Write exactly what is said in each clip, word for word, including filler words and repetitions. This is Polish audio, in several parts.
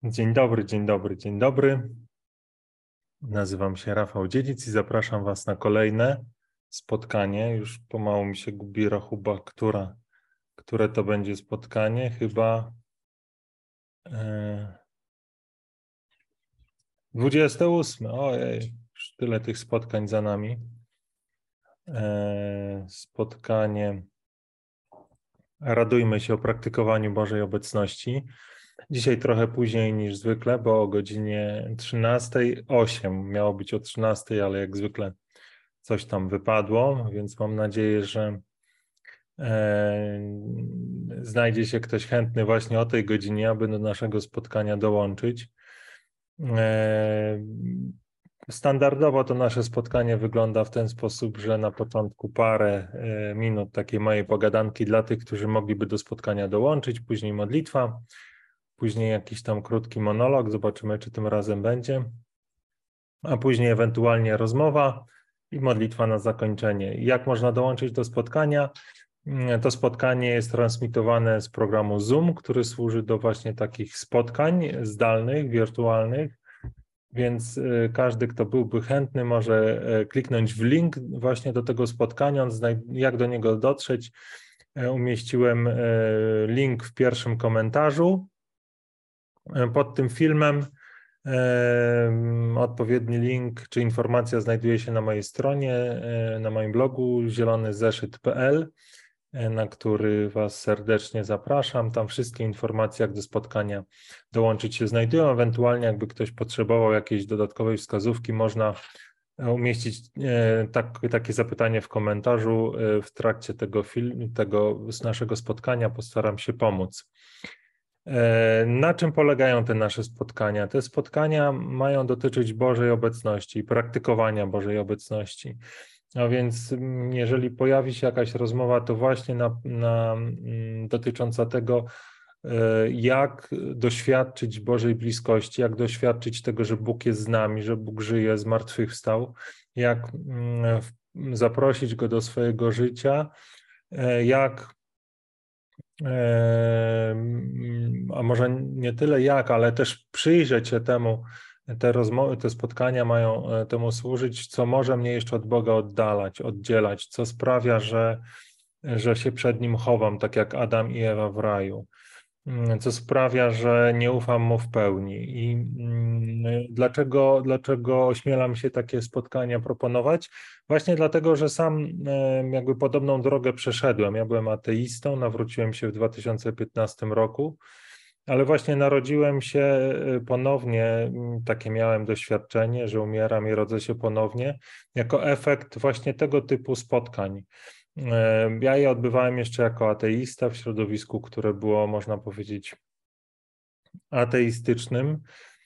Dzień dobry, dzień dobry, dzień dobry. Nazywam się Rafał Dziedzic i zapraszam Was na kolejne spotkanie. Już pomału mi się gubi rachuba, która, które to będzie spotkanie. Chyba e, dwudzieste ósme. Ojej, już tyle tych spotkań za nami. E, spotkanie Radujmy się o praktykowaniu Bożej obecności. Dzisiaj trochę później niż zwykle, bo o godzinie trzynastej osiem. Miało być o trzynastej, ale jak zwykle coś tam wypadło, więc mam nadzieję, że e, znajdzie się ktoś chętny właśnie o tej godzinie, aby do naszego spotkania dołączyć. E, standardowo to nasze spotkanie wygląda w ten sposób, że na początku parę e, minut takiej mojej pogadanki dla tych, którzy mogliby do spotkania dołączyć, później modlitwa, później jakiś tam krótki monolog, zobaczymy, czy tym razem będzie, a później ewentualnie rozmowa i modlitwa na zakończenie. Jak można dołączyć do spotkania? To spotkanie jest transmitowane z programu Zoom, który służy do właśnie takich spotkań zdalnych, wirtualnych, więc każdy, kto byłby chętny, może kliknąć w link właśnie do tego spotkania. Jak do niego dotrzeć? Umieściłem link w pierwszym komentarzu pod tym filmem. Odpowiedni link czy informacja znajduje się na mojej stronie, na moim blogu zielony zeszyt kropka p l, na który Was serdecznie zapraszam. Tam wszystkie informacje, jak do spotkania dołączyć, się znajdują. Ewentualnie jakby ktoś potrzebował jakiejś dodatkowej wskazówki, można umieścić tak, takie zapytanie w komentarzu w trakcie tego filmu, tego naszego spotkania. Postaram się pomóc. Na czym polegają te nasze spotkania? Te spotkania mają dotyczyć Bożej obecności i praktykowania Bożej obecności. A więc jeżeli pojawi się jakaś rozmowa, to właśnie na, na, dotycząca tego, jak doświadczyć Bożej bliskości, jak doświadczyć tego, że Bóg jest z nami, że Bóg żyje, zmartwychwstał, jak zaprosić Go do swojego życia, jak a może nie tyle jak, ale też przyjrzeć się temu, te rozmowy, te spotkania mają temu służyć, co może mnie jeszcze od Boga oddalać, oddzielać, co sprawia, że, że się przed Nim chowam, tak jak Adam i Ewa w raju, co sprawia, że nie ufam Mu w pełni. I dlaczego, dlaczego ośmielam się takie spotkania proponować? Właśnie dlatego, że sam jakby podobną drogę przeszedłem. Ja byłem ateistą, nawróciłem się w dwa tysiące piętnastym roku, ale właśnie narodziłem się ponownie, takie miałem doświadczenie, że umieram i rodzę się ponownie, jako efekt właśnie tego typu spotkań. Ja je odbywałem jeszcze jako ateista w środowisku, które było, można powiedzieć, ateistycznym,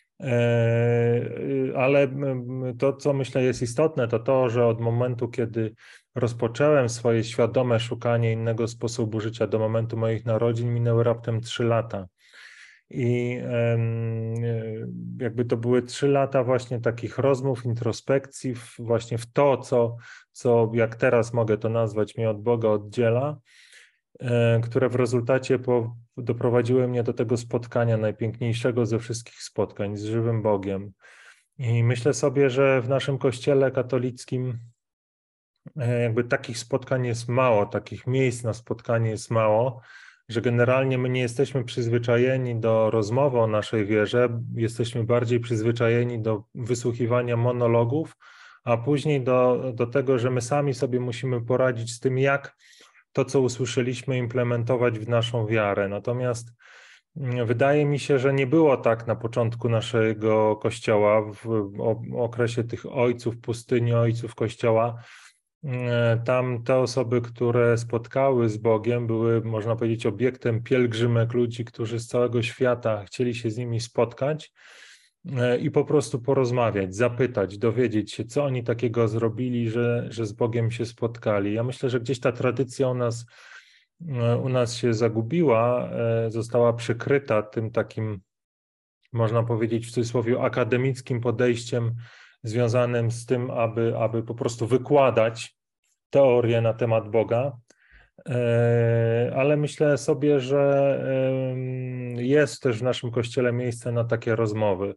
ale to, co myślę jest istotne, to to, że od momentu, kiedy rozpocząłem swoje świadome szukanie innego sposobu życia do momentu moich narodzin, minęły raptem trzy lata. I jakby to były trzy lata właśnie takich rozmów, introspekcji właśnie w to, co, co jak teraz mogę to nazwać, mnie od Boga oddziela, które w rezultacie po, doprowadziły mnie do tego spotkania, najpiękniejszego ze wszystkich spotkań z żywym Bogiem. I myślę sobie, że w naszym Kościele katolickim jakby takich spotkań jest mało, takich miejsc na spotkanie jest mało, że generalnie my nie jesteśmy przyzwyczajeni do rozmowy o naszej wierze, jesteśmy bardziej przyzwyczajeni do wysłuchiwania monologów, a później do, do tego, że my sami sobie musimy poradzić z tym, jak to, co usłyszeliśmy, implementować w naszą wiarę. Natomiast wydaje mi się, że nie było tak na początku naszego Kościoła, w okresie tych ojców pustyni, ojców Kościoła. Tam te osoby, które spotkały z Bogiem, były, można powiedzieć, obiektem pielgrzymek ludzi, którzy z całego świata chcieli się z nimi spotkać i po prostu porozmawiać, zapytać, dowiedzieć się, co oni takiego zrobili, że, że z Bogiem się spotkali. Ja myślę, że gdzieś ta tradycja u nas, u nas się zagubiła, została przykryta tym takim, można powiedzieć w cudzysłowie, akademickim podejściem związanym z tym, aby, aby po prostu wykładać teorię na temat Boga. Ale myślę sobie, że jest też w naszym Kościele miejsce na takie rozmowy.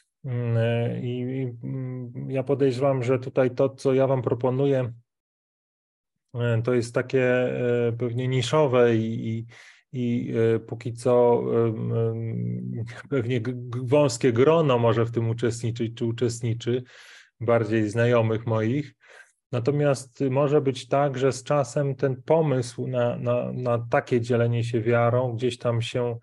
I ja podejrzewam, że tutaj to, co ja Wam proponuję, to jest takie pewnie niszowe i, i, i póki co pewnie wąskie grono może w tym uczestniczyć, czy uczestniczy, bardziej znajomych moich. Natomiast może być tak, że z czasem ten pomysł na, na, na takie dzielenie się wiarą gdzieś tam się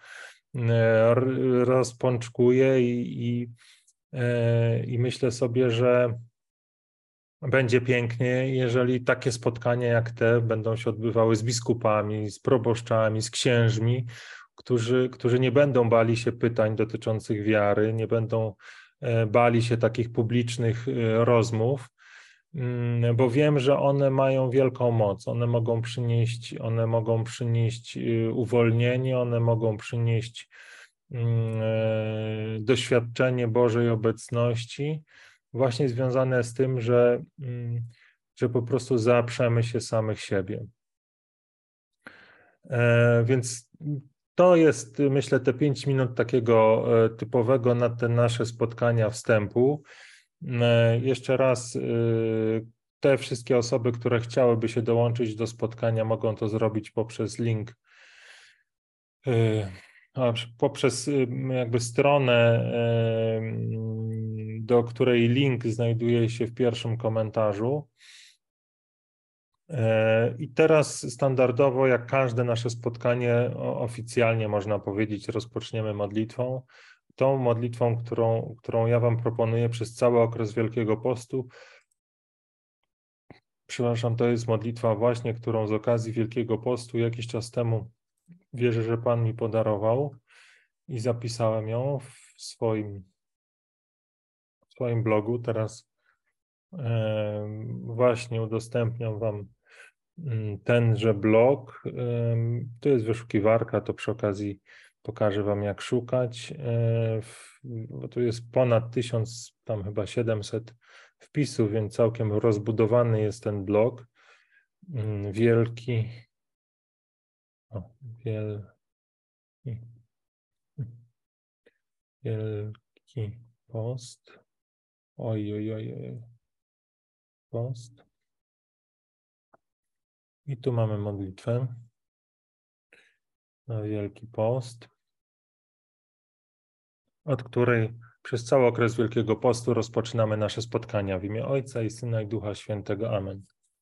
rozpączkuje i, i, i myślę sobie, że będzie pięknie, jeżeli takie spotkania jak te będą się odbywały z biskupami, z proboszczami, z księżmi, którzy, którzy nie będą bali się pytań dotyczących wiary, nie będą bali się takich publicznych rozmów, bo wiem, że one mają wielką moc. One mogą przynieść, one mogą przynieść uwolnienie, one mogą przynieść doświadczenie Bożej obecności, właśnie związane z tym, że, że po prostu zaprzemy się samych siebie. Więc to jest, myślę, te pięć minut takiego typowego na te nasze spotkania wstępu. Jeszcze raz, te wszystkie osoby, które chciałyby się dołączyć do spotkania, mogą to zrobić poprzez link, poprzez jakby stronę, do której link znajduje się w pierwszym komentarzu. I teraz standardowo, jak każde nasze spotkanie, oficjalnie można powiedzieć, rozpoczniemy modlitwą. Tą modlitwą, którą, którą ja Wam proponuję przez cały okres Wielkiego Postu. Przepraszam, to jest modlitwa właśnie, którą z okazji Wielkiego Postu jakiś czas temu, wierzę, że Pan mi podarował i zapisałem ją w swoim, w swoim blogu. Teraz e, właśnie udostępniam Wam tenże blog. E, to jest wyszukiwarka, to przy okazji pokażę Wam, jak szukać, bo tu jest ponad tysiąc, tam chyba siedemset wpisów, więc całkiem rozbudowany jest ten blog. Wielki, o, wielki, wielki post, oj, oj, oj, oj, post. I tu mamy modlitwę na Wielki Post, od której przez cały okres Wielkiego Postu rozpoczynamy nasze spotkania w imię Ojca i Syna i Ducha Świętego. Amen.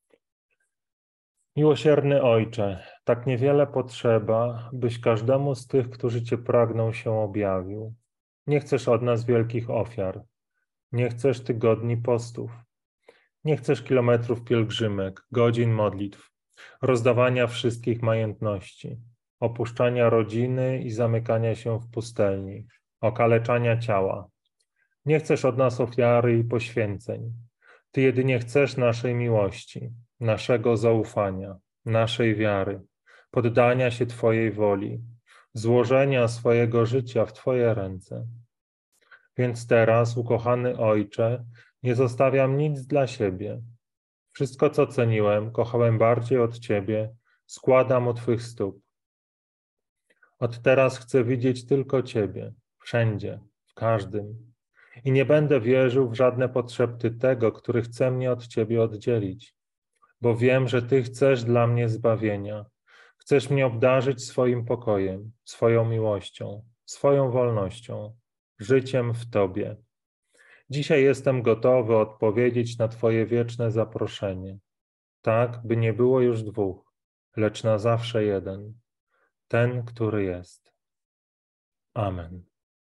Miłosierny Ojcze, tak niewiele potrzeba, byś każdemu z tych, którzy Cię pragną, się objawił. Nie chcesz od nas wielkich ofiar, nie chcesz tygodni postów, nie chcesz kilometrów pielgrzymek, godzin modlitw, rozdawania wszystkich majątności, opuszczania rodziny i zamykania się w pustelni, okaleczania ciała. Nie chcesz od nas ofiary i poświęceń. Ty jedynie chcesz naszej miłości, naszego zaufania, naszej wiary, poddania się Twojej woli, złożenia swojego życia w Twoje ręce. Więc teraz, ukochany Ojcze, nie zostawiam nic dla siebie. Wszystko, co ceniłem, kochałem bardziej od Ciebie, składam u Twych stóp. Od teraz chcę widzieć tylko Ciebie, wszędzie, w każdym. I nie będę wierzył w żadne potrzeby tego, który chce mnie od Ciebie oddzielić, bo wiem, że Ty chcesz dla mnie zbawienia. Chcesz mnie obdarzyć swoim pokojem, swoją miłością, swoją wolnością, życiem w Tobie. Dzisiaj jestem gotowy odpowiedzieć na Twoje wieczne zaproszenie, tak, by nie było już dwóch, lecz na zawsze jeden, ten, który jest. Amen.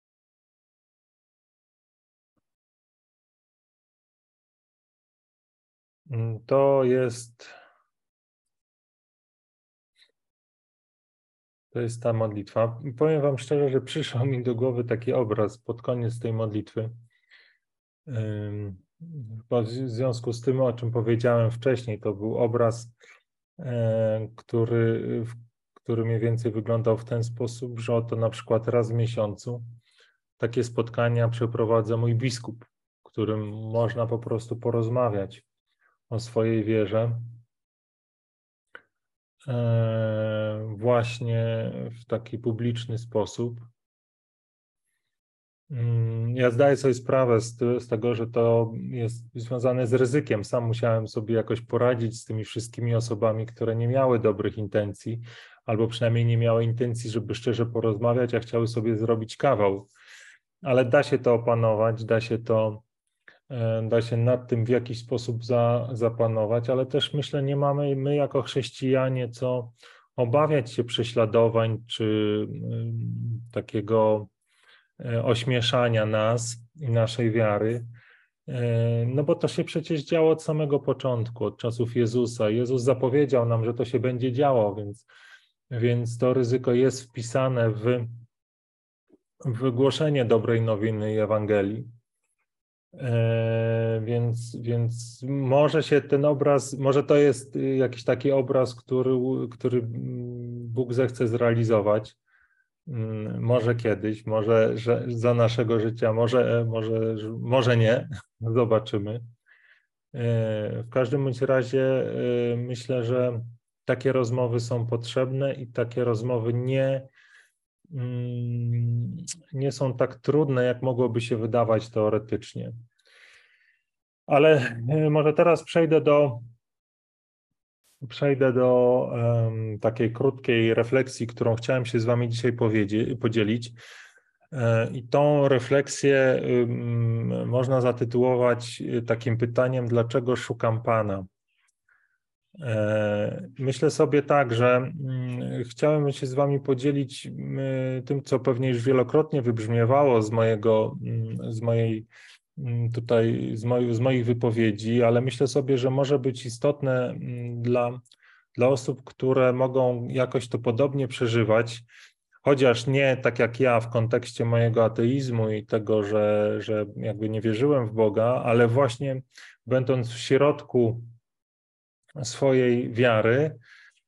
To jest, to jest ta modlitwa. Powiem Wam szczerze, że przyszedł mi do głowy taki obraz pod koniec tej modlitwy. Bo w związku z tym, o czym powiedziałem wcześniej, to był obraz, który, który mniej więcej wyglądał w ten sposób, że oto na przykład raz w miesiącu takie spotkania przeprowadza mój biskup, którym można po prostu porozmawiać o swojej wierze. właśnie w taki publiczny sposób. Ja zdaję sobie sprawę z, z tego, że to jest związane z ryzykiem. Sam musiałem sobie jakoś poradzić z tymi wszystkimi osobami, które nie miały dobrych intencji, albo przynajmniej nie miały intencji, żeby szczerze porozmawiać, a chciały sobie zrobić kawał. Ale da się to opanować, da się to, da się nad tym w jakiś sposób za, zapanować, ale też myślę, nie mamy my jako chrześcijanie co obawiać się prześladowań czy takiego ośmieszania nas i naszej wiary, no bo to się przecież działo od samego początku, od czasów Jezusa. Jezus zapowiedział nam, że to się będzie działo, więc, więc to ryzyko jest wpisane w, w głoszenie dobrej nowiny i Ewangelii. Więc, więc może się ten obraz, może to jest jakiś taki obraz, który, który Bóg zechce zrealizować. Może kiedyś, może że za naszego życia, może, może, może nie, zobaczymy. W każdym bądź razie myślę, że takie rozmowy są potrzebne i takie rozmowy nie, nie są tak trudne, jak mogłoby się wydawać teoretycznie. Ale może teraz przejdę do Przejdę do um, takiej krótkiej refleksji, którą chciałem się z wami dzisiaj podzielić. I tą refleksję um, można zatytułować takim pytaniem, dlaczego szukam Pana? Myślę sobie tak, że um, chciałem się z wami podzielić um, tym, co pewnie już wielokrotnie wybrzmiewało z mojego, um, z mojej tutaj z, moj, z moich wypowiedzi, ale myślę sobie, że może być istotne dla, dla osób, które mogą jakoś to podobnie przeżywać, chociaż nie tak jak ja w kontekście mojego ateizmu i tego, że, że jakby nie wierzyłem w Boga, ale właśnie będąc w środku swojej wiary.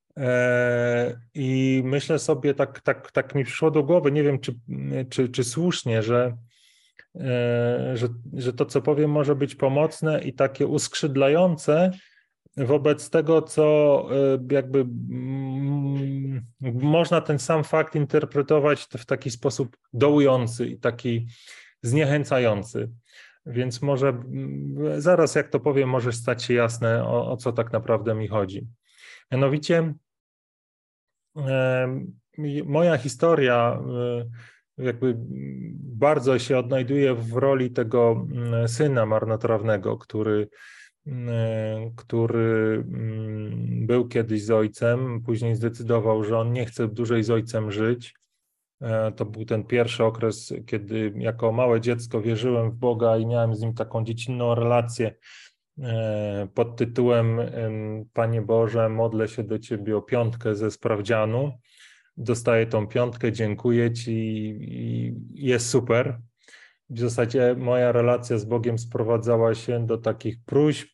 I myślę sobie, tak, tak, tak mi przyszło do głowy, nie wiem czy, czy, czy słusznie, że Że, że to, co powiem, może być pomocne i takie uskrzydlające wobec tego, co jakby mm, można ten sam fakt interpretować w taki sposób dołujący i taki zniechęcający. Więc może zaraz, jak to powiem, może stać się jasne, o, o co tak naprawdę mi chodzi. Mianowicie moja historia jakby bardzo się odnajduje w roli tego syna marnotrawnego, który, który był kiedyś z ojcem, później zdecydował, że on nie chce dłużej z ojcem żyć. To był ten pierwszy okres, kiedy jako małe dziecko wierzyłem w Boga i miałem z nim taką dziecinną relację pod tytułem Panie Boże, modlę się do Ciebie o piątkę ze sprawdzianu. Dostaję tą piątkę, dziękuję Ci i jest super. W zasadzie moja relacja z Bogiem sprowadzała się do takich próśb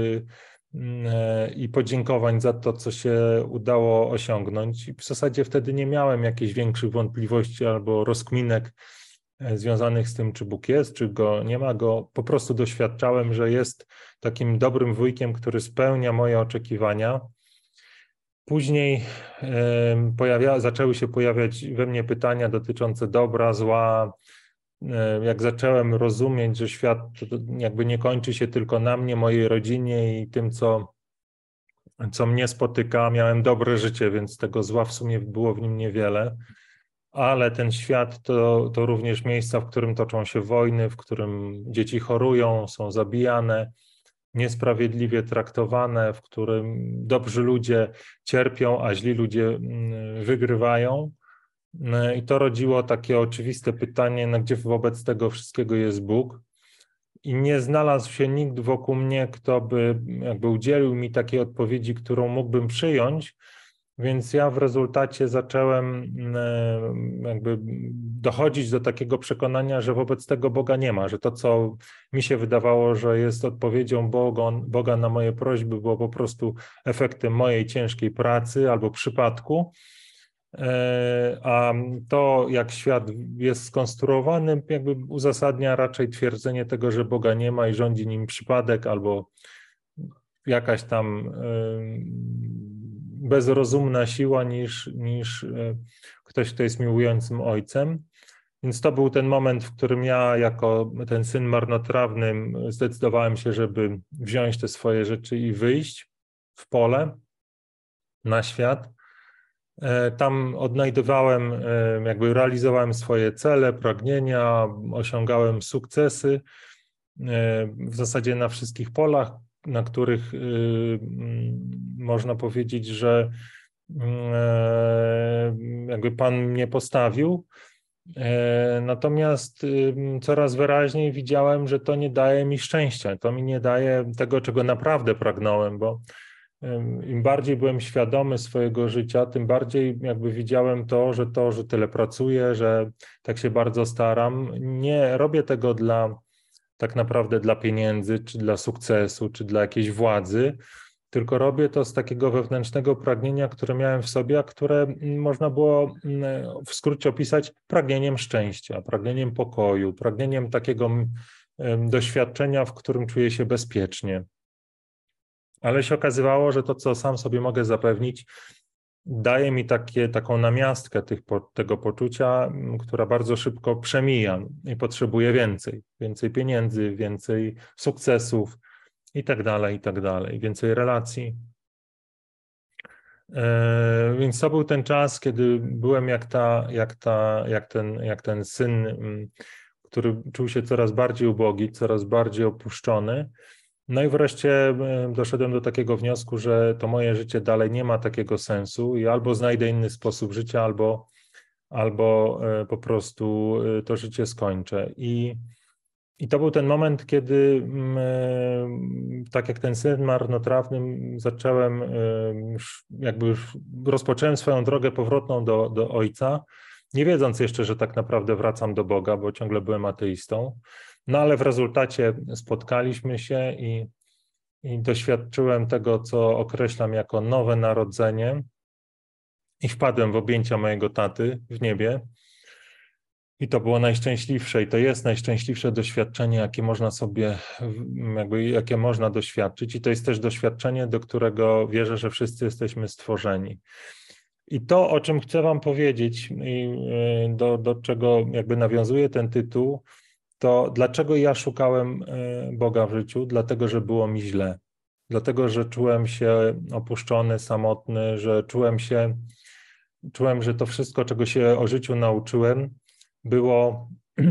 i podziękowań za to, co się udało osiągnąć. I w zasadzie wtedy nie miałem jakichś większych wątpliwości albo rozkminek związanych z tym, czy Bóg jest, czy Go nie ma. Go po prostu doświadczałem, że jest takim dobrym wujkiem, który spełnia moje oczekiwania. Później pojawia, zaczęły się pojawiać we mnie pytania dotyczące dobra, zła. Jak zacząłem rozumieć, że świat jakby nie kończy się tylko na mnie, mojej rodzinie i tym, co, co mnie spotyka, miałem dobre życie, więc tego zła w sumie było w nim niewiele. Ale ten świat to, to również miejsca, w którym toczą się wojny, w którym dzieci chorują, są zabijane, niesprawiedliwie traktowane, w którym dobrzy ludzie cierpią, a źli ludzie wygrywają. I to rodziło takie oczywiste pytanie, no gdzie wobec tego wszystkiego jest Bóg? I nie znalazł się nikt wokół mnie, kto by jakby udzielił mi takiej odpowiedzi, którą mógłbym przyjąć, więc ja w rezultacie zacząłem jakby dochodzić do takiego przekonania, że wobec tego Boga nie ma, że to, co mi się wydawało, że jest odpowiedzią Boga, Boga na moje prośby, było po prostu efektem mojej ciężkiej pracy albo przypadku. A to, jak świat jest skonstruowany, jakby uzasadnia raczej twierdzenie tego, że Boga nie ma i rządzi nim przypadek albo jakaś tam bezrozumna siła niż, niż ktoś, kto jest miłującym ojcem. Więc to był ten moment, w którym ja jako ten syn marnotrawny zdecydowałem się, żeby wziąć te swoje rzeczy i wyjść w pole, na świat. Tam odnajdywałem, jakby realizowałem swoje cele, pragnienia, osiągałem sukcesy w zasadzie na wszystkich polach, na których można powiedzieć, że jakby Pan mnie postawił. Natomiast coraz wyraźniej widziałem, że to nie daje mi szczęścia, to mi nie daje tego, czego naprawdę pragnąłem, bo im bardziej byłem świadomy swojego życia, tym bardziej jakby widziałem to, że to, że tyle pracuję, że tak się bardzo staram, nie robię tego dla tak naprawdę dla pieniędzy, czy dla sukcesu, czy dla jakiejś władzy, tylko robię to z takiego wewnętrznego pragnienia, które miałem w sobie, a które można było w skrócie opisać pragnieniem szczęścia, pragnieniem pokoju, pragnieniem takiego doświadczenia, w którym czuję się bezpiecznie. Ale się okazywało, że to, co sam sobie mogę zapewnić, daje mi takie, taką namiastkę tych, tego poczucia, która bardzo szybko przemija i potrzebuję więcej. Więcej pieniędzy, więcej sukcesów i tak dalej, i tak dalej. Więcej relacji. E, więc to był ten czas, kiedy byłem jak, ta, jak, ta, jak, ten, jak ten syn, który czuł się coraz bardziej ubogi, coraz bardziej opuszczony. No i wreszcie doszedłem do takiego wniosku, że to moje życie dalej nie ma takiego sensu i albo znajdę inny sposób życia, albo, albo po prostu to życie skończę. I, i to był ten moment, kiedy tak jak ten syn marnotrawny zacząłem, jakby już rozpocząłem swoją drogę powrotną do, do ojca, nie wiedząc jeszcze, że tak naprawdę wracam do Boga, bo ciągle byłem ateistą. No ale w rezultacie spotkaliśmy się i, i doświadczyłem tego, co określam jako nowe narodzenie i wpadłem w objęcia mojego taty w niebie. I to było najszczęśliwsze i to jest najszczęśliwsze doświadczenie, jakie można sobie, jakby, jakie można doświadczyć. I to jest też doświadczenie, do którego wierzę, że wszyscy jesteśmy stworzeni. I to, o czym chcę wam powiedzieć i do, do czego jakby nawiązuje ten tytuł, to dlaczego ja szukałem Boga w życiu? Dlatego, że było mi źle. Dlatego, że czułem się opuszczony, samotny, że czułem się, czułem, że to wszystko, czego się o życiu nauczyłem, było,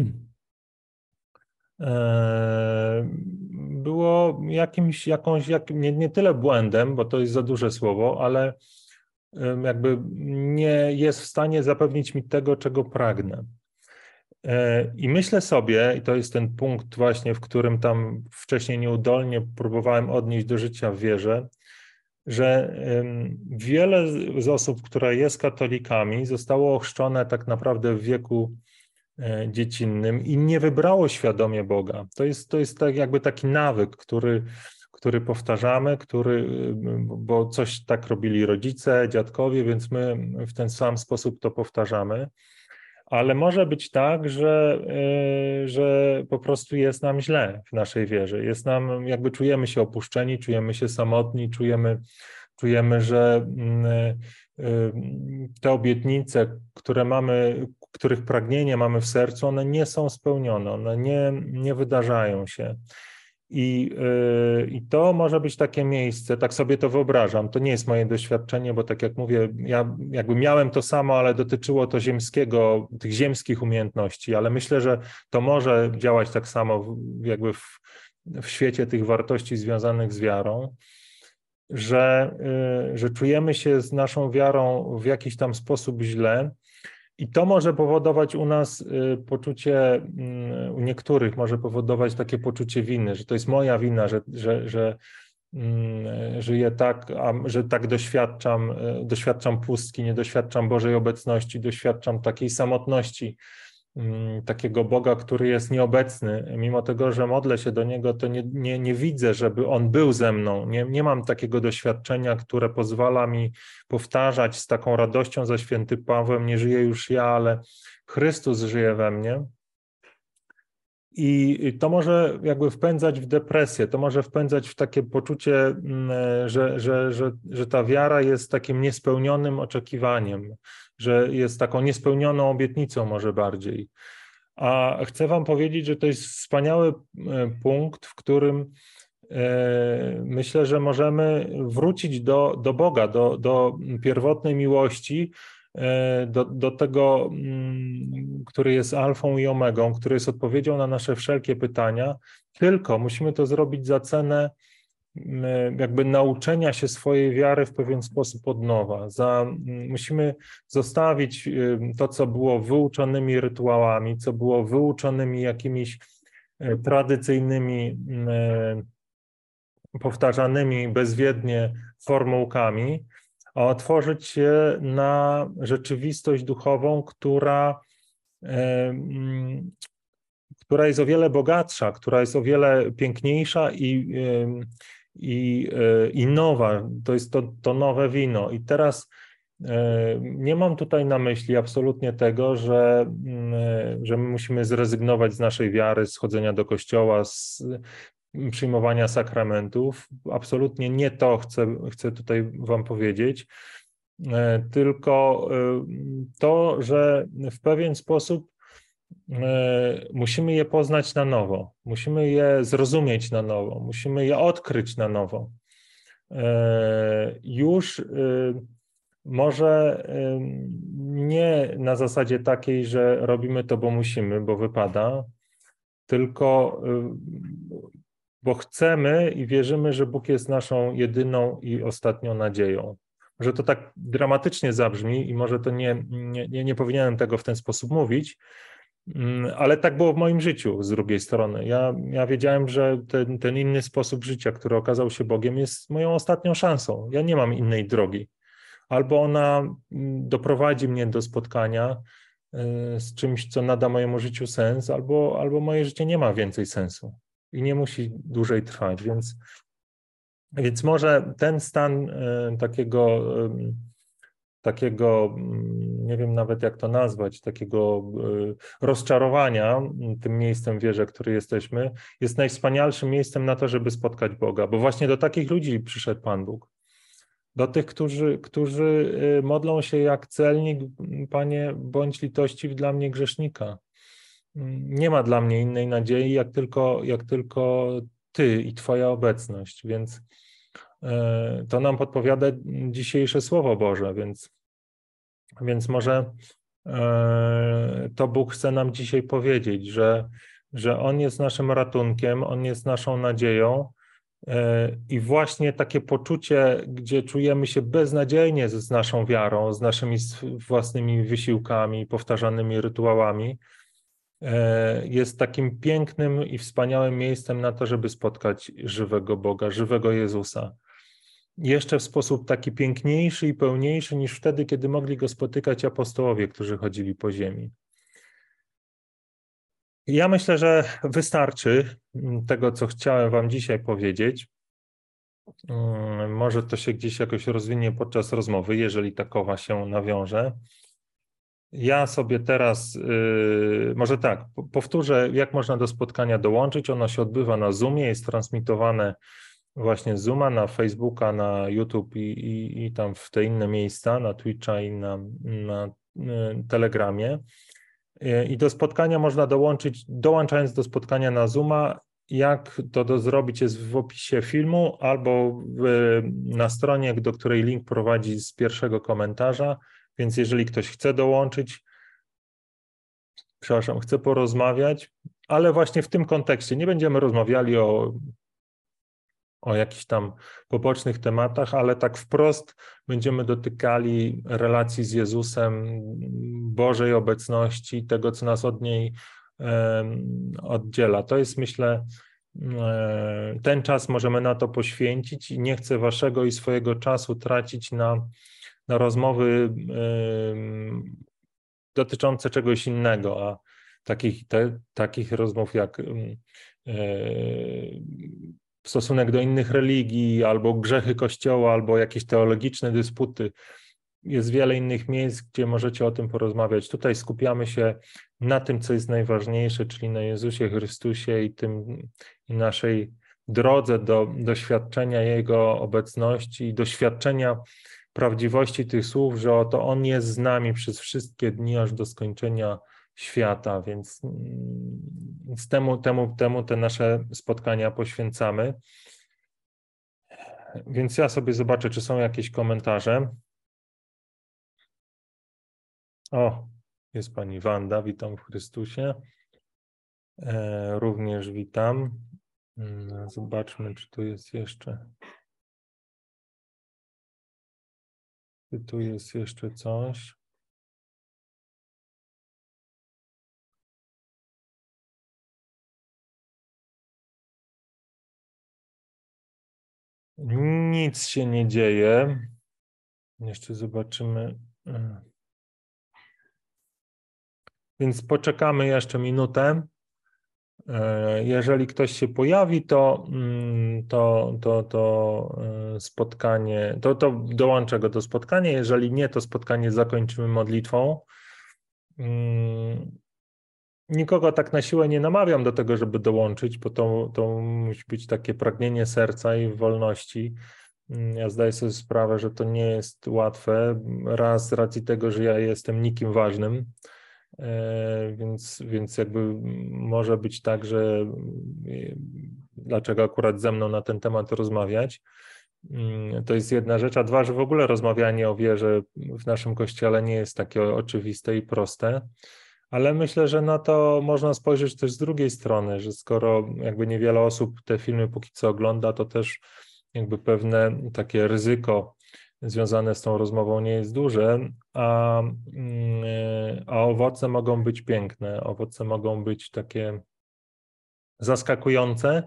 było jakimś, jakąś, jak, nie, nie tyle błędem, bo to jest za duże słowo, ale jakby nie jest w stanie zapewnić mi tego, czego pragnę. I myślę sobie, i to jest ten punkt właśnie, w którym tam wcześniej nieudolnie próbowałem odnieść do życia w wierze, że wiele z osób, które jest katolikami, zostało ochrzczone tak naprawdę w wieku dziecinnym i nie wybrało świadomie Boga. To jest, to jest tak jakby taki nawyk, który, który powtarzamy, który, bo coś tak robili rodzice, dziadkowie, więc my w ten sam sposób to powtarzamy. Ale może być tak, że, że po prostu jest nam źle w naszej wierze. Jest nam, jakby czujemy się opuszczeni, czujemy się samotni, czujemy, czujemy, że te obietnice, które mamy, których pragnienie mamy w sercu, one nie są spełnione, one nie, nie wydarzają się. I, I to może być takie miejsce, tak sobie to wyobrażam, to nie jest moje doświadczenie, bo tak jak mówię, ja jakby miałem to samo, ale dotyczyło to ziemskiego, tych ziemskich umiejętności, ale myślę, że to może działać tak samo jakby w, w świecie tych wartości związanych z wiarą, że, że czujemy się z naszą wiarą w jakiś tam sposób źle. I to może powodować u nas poczucie, u niektórych może powodować takie poczucie winy, że to jest moja wina, że, że, że żyję tak, a, że tak doświadczam, doświadczam pustki, nie doświadczam Bożej obecności, doświadczam takiej samotności, takiego Boga, który jest nieobecny. Mimo tego, że modlę się do Niego, to nie, nie, nie widzę, żeby On był ze mną. Nie, nie mam takiego doświadczenia, które pozwala mi powtarzać z taką radością za świętym Pawłem, nie żyję już ja, ale Chrystus żyje we mnie. I to może jakby wpędzać w depresję, to może wpędzać w takie poczucie, że, że, że, że ta wiara jest takim niespełnionym oczekiwaniem, że jest taką niespełnioną obietnicą może bardziej. A chcę wam powiedzieć, że to jest wspaniały punkt, w którym myślę, że możemy wrócić do, do Boga, do, do pierwotnej miłości, do, do tego, który jest alfą i omegą, który jest odpowiedzią na nasze wszelkie pytania, tylko musimy to zrobić za cenę jakby nauczenia się swojej wiary w pewien sposób od nowa. Za, musimy zostawić to, co było wyuczonymi rytuałami, co było wyuczonymi jakimiś tradycyjnymi, powtarzanymi bezwiednie formułkami, a otworzyć się na rzeczywistość duchową, która, która jest o wiele bogatsza, która jest o wiele piękniejsza i, i, i nowa. To jest to, to nowe wino. I teraz nie mam tutaj na myśli absolutnie tego, że, że my musimy zrezygnować z naszej wiary, z chodzenia do kościoła, z przyjmowania sakramentów. Absolutnie nie to chcę, chcę tutaj wam powiedzieć, tylko to, że w pewien sposób musimy je poznać na nowo, musimy je zrozumieć na nowo, musimy je odkryć na nowo. Już może nie na zasadzie takiej, że robimy to, bo musimy, bo wypada, tylko bo chcemy i wierzymy, że Bóg jest naszą jedyną i ostatnią nadzieją. Może to tak dramatycznie zabrzmi i może to nie, nie, nie powinienem tego w ten sposób mówić, ale tak było w moim życiu z drugiej strony. Ja, ja wiedziałem, że ten, ten inny sposób życia, który okazał się Bogiem, jest moją ostatnią szansą. Ja nie mam innej drogi. Albo ona doprowadzi mnie do spotkania z czymś, co nada mojemu życiu sens, albo, albo moje życie nie ma więcej sensu i nie musi dłużej trwać. Więc, więc może ten stan takiego, takiego, nie wiem nawet jak to nazwać, takiego rozczarowania tym miejscem w wierze, który jesteśmy, jest najwspanialszym miejscem na to, żeby spotkać Boga, bo właśnie do takich ludzi przyszedł Pan Bóg. Do tych, którzy, którzy modlą się jak celnik, Panie, bądź litościw dla mnie grzesznika. Nie ma dla mnie innej nadziei, jak tylko, jak tylko Ty i Twoja obecność, więc to nam podpowiada dzisiejsze Słowo Boże, więc, więc może to Bóg chce nam dzisiaj powiedzieć, że, że On jest naszym ratunkiem, On jest naszą nadzieją. I właśnie takie poczucie, gdzie czujemy się beznadziejnie z naszą wiarą, z naszymi własnymi wysiłkami, powtarzanymi rytuałami, jest takim pięknym i wspaniałym miejscem na to, żeby spotkać żywego Boga, żywego Jezusa. Jeszcze w sposób taki piękniejszy i pełniejszy niż wtedy, kiedy mogli Go spotykać apostołowie, którzy chodzili po ziemi. Ja myślę, że wystarczy tego, co chciałem wam dzisiaj powiedzieć. Może to się gdzieś jakoś rozwinie podczas rozmowy, jeżeli takowa się nawiąże. Ja sobie teraz, yy, może tak, powtórzę, jak można do spotkania dołączyć. Ono się odbywa na Zoomie, jest transmitowane właśnie z Zooma, na Facebooka, na YouTube i, i, i tam w te inne miejsca, na Twitcha i na, na yy, Telegramie. I do spotkania można dołączyć, dołączając do spotkania na Zooma. Jak to do zrobić jest w opisie filmu albo w, na stronie, do której link prowadzi z pierwszego komentarza, więc jeżeli ktoś chce dołączyć, przepraszam, chce porozmawiać, ale właśnie w tym kontekście nie będziemy rozmawiali o o jakichś tam pobocznych tematach, ale tak wprost będziemy dotykali relacji z Jezusem, Bożej obecności, tego, co nas od niej oddziela. To jest, myślę, ten czas możemy na to poświęcić i nie chcę waszego i swojego czasu tracić na, na rozmowy dotyczące czegoś innego, a takich, te, takich rozmów jak stosunek do innych religii, albo grzechy Kościoła, albo jakieś teologiczne dysputy. jest wiele innych miejsc, gdzie możecie o tym porozmawiać. Tutaj skupiamy się na tym, co jest najważniejsze, czyli na Jezusie Chrystusie i tym i naszej drodze do doświadczenia Jego obecności i doświadczenia prawdziwości tych słów, że oto On jest z nami przez wszystkie dni, aż do skończenia świata, więc, więc temu, temu, temu te nasze spotkania poświęcamy. Więc ja sobie zobaczę, czy są jakieś komentarze. O, jest pani Wanda, witam w Chrystusie. E, również witam. Zobaczmy, czy tu jest jeszcze. Czy tu jest jeszcze coś? Nic się nie dzieje. Jeszcze zobaczymy. Więc poczekamy jeszcze minutę. Jeżeli ktoś się pojawi, to, to, to, to spotkanie, to, to dołączę go do spotkania. Jeżeli nie, to spotkanie zakończymy modlitwą. Nikogo tak na siłę nie namawiam do tego, żeby dołączyć, bo to, to musi być takie pragnienie serca i wolności. Ja zdaję sobie sprawę, że to nie jest łatwe. Raz z racji tego, że ja jestem nikim ważnym, więc, więc jakby może być tak, że dlaczego akurat ze mną na ten temat rozmawiać. To jest jedna rzecz, a dwa, że w ogóle rozmawianie o wierze w naszym Kościele nie jest takie oczywiste i proste. Ale myślę, że na to można spojrzeć też z drugiej strony, że skoro jakby niewiele osób te filmy póki co ogląda, to też jakby pewne takie ryzyko związane z tą rozmową nie jest duże, a, a owoce mogą być piękne, owoce mogą być takie zaskakujące,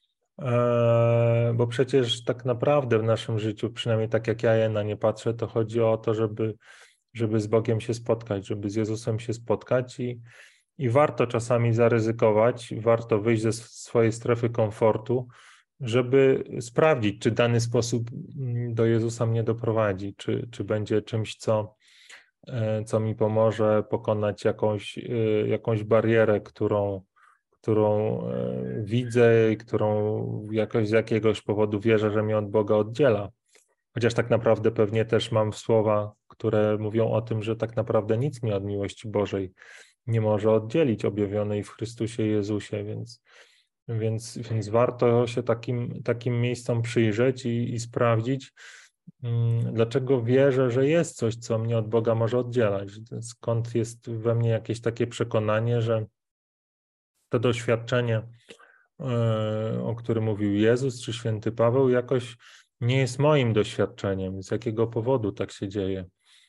bo przecież tak naprawdę w naszym życiu, przynajmniej tak jak ja je na nie patrzę, to chodzi o to, żeby żeby z Bogiem się spotkać, żeby z Jezusem się spotkać i, i warto czasami zaryzykować, warto wyjść ze swojej strefy komfortu, żeby sprawdzić, czy dany sposób do Jezusa mnie doprowadzi, czy, czy będzie czymś, co, co mi pomoże pokonać jakąś, jakąś barierę, którą, którą widzę i którą jakoś z jakiegoś powodu wierzę, że mnie od Boga oddziela. Chociaż tak naprawdę pewnie też mam słowa, które mówią o tym, że tak naprawdę nic mnie od miłości Bożej nie może oddzielić, objawionej w Chrystusie Jezusie, więc, więc, więc warto się takim, takim miejscom przyjrzeć i, i sprawdzić, um, dlaczego wierzę, że jest coś, co mnie od Boga może oddzielać. Skąd jest we mnie jakieś takie przekonanie, że to doświadczenie, yy, o którym mówił Jezus czy święty Paweł, jakoś nie jest moim doświadczeniem, z jakiego powodu tak się dzieje.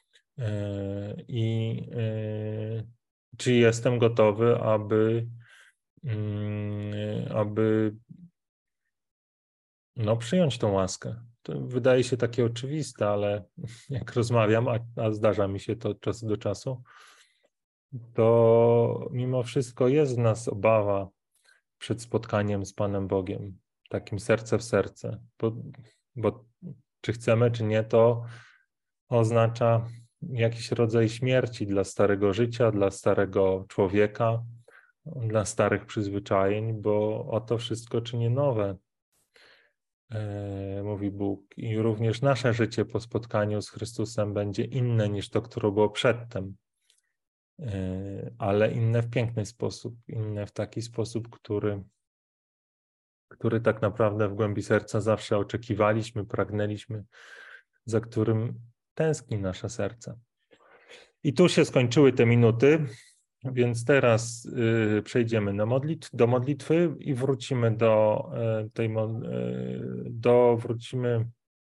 I czy jestem gotowy, aby, aby no, przyjąć tą łaskę. To wydaje się takie oczywiste, ale jak rozmawiam, a, a zdarza mi się to od czasu do czasu, to mimo wszystko jest w nas obawa przed spotkaniem z Panem Bogiem, takim serce w serce, bo, bo czy chcemy, czy nie, to oznacza jakiś rodzaj śmierci dla starego życia, dla starego człowieka, dla starych przyzwyczajeń, bo oto wszystko czyni nowe, e, mówi Bóg. I również nasze życie po spotkaniu z Chrystusem będzie inne niż to, które było przedtem, e, ale inne w piękny sposób, inne w taki sposób, który który tak naprawdę w głębi serca zawsze oczekiwaliśmy, pragnęliśmy, za którym tęskni nasze serce. I tu się skończyły te minuty, więc teraz y, przejdziemy na modlitw, do modlitwy i wrócimy do y, tej, y, do, wrócimy,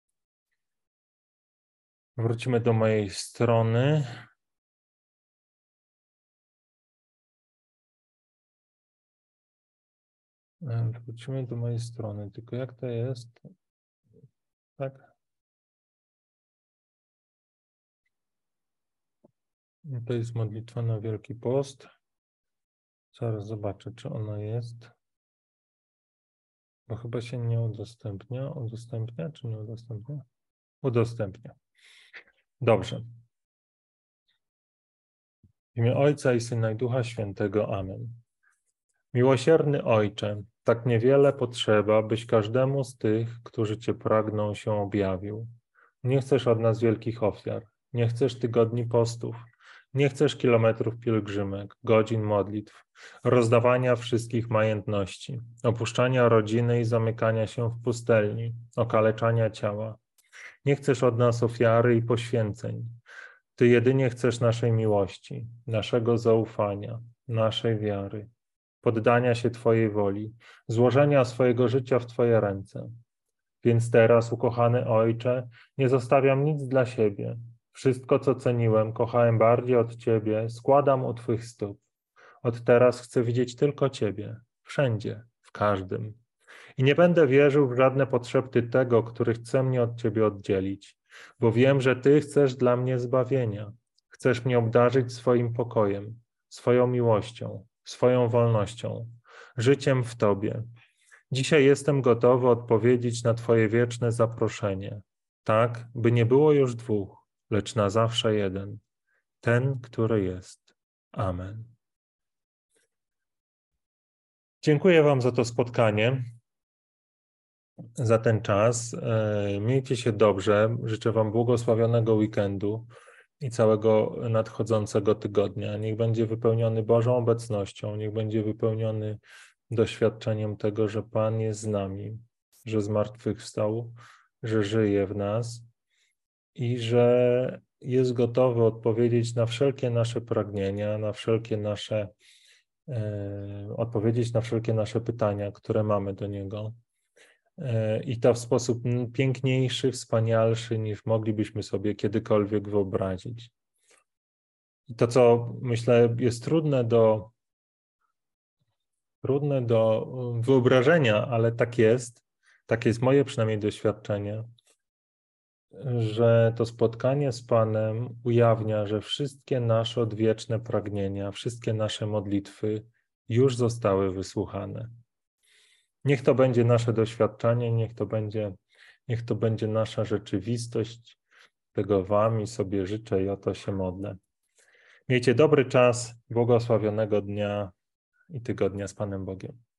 wrócimy do mojej strony. Wrócimy do mojej strony, tylko jak to jest? Tak? To jest modlitwa na Wielki Post. Zaraz zobaczę, czy ona jest. Bo chyba się nie udostępnia. Udostępnia, czy nie udostępnia? Udostępnia. Dobrze. W imię Ojca i Syna i Ducha Świętego. Amen. Miłosierny Ojcze, tak niewiele potrzeba, byś każdemu z tych, którzy Cię pragną, się objawił. Nie chcesz od nas wielkich ofiar, nie chcesz tygodni postów, nie chcesz kilometrów pielgrzymek, godzin modlitw, rozdawania wszystkich majątności, opuszczania rodziny i zamykania się w pustelni, okaleczania ciała. Nie chcesz od nas ofiary i poświęceń. Ty jedynie chcesz naszej miłości, naszego zaufania, naszej wiary, poddania się Twojej woli, złożenia swojego życia w Twoje ręce. Więc teraz, ukochany Ojcze, nie zostawiam nic dla siebie. Wszystko, co ceniłem, kochałem bardziej od Ciebie, składam u Twych stóp. Od teraz chcę widzieć tylko Ciebie, wszędzie, w każdym. I nie będę wierzył w żadne potrzeby tego, który chce mnie od Ciebie oddzielić, bo wiem, że Ty chcesz dla mnie zbawienia. Chcesz mnie obdarzyć swoim pokojem, swoją miłością, swoją wolnością, życiem w Tobie. Dzisiaj jestem gotowy odpowiedzieć na Twoje wieczne zaproszenie, tak, by nie było już dwóch, lecz na zawsze jeden, ten, który jest. Amen. Dziękuję Wam za to spotkanie, za ten czas. Miejcie się dobrze. Życzę Wam błogosławionego weekendu i całego nadchodzącego tygodnia. Niech będzie wypełniony Bożą obecnością, niech będzie wypełniony doświadczeniem tego, że Pan jest z nami, że zmartwychwstał, że żyje w nas i że jest gotowy odpowiedzieć na wszelkie nasze pragnienia, na wszelkie nasze, e, odpowiedzieć na wszelkie nasze pytania, które mamy do Niego. E, I to w sposób piękniejszy, wspanialszy, niż moglibyśmy sobie kiedykolwiek wyobrazić. I to, co myślę jest trudne do Trudne do wyobrażenia, ale tak jest, takie jest moje przynajmniej doświadczenie, że to spotkanie z Panem ujawnia, że wszystkie nasze odwieczne pragnienia, wszystkie nasze modlitwy już zostały wysłuchane. Niech to będzie nasze doświadczenie, niech to będzie, niech to będzie nasza rzeczywistość. Tego Wam i sobie życzę i o to się modlę. Miejcie dobry czas, błogosławionego dnia i tygodnia z Panem Bogiem.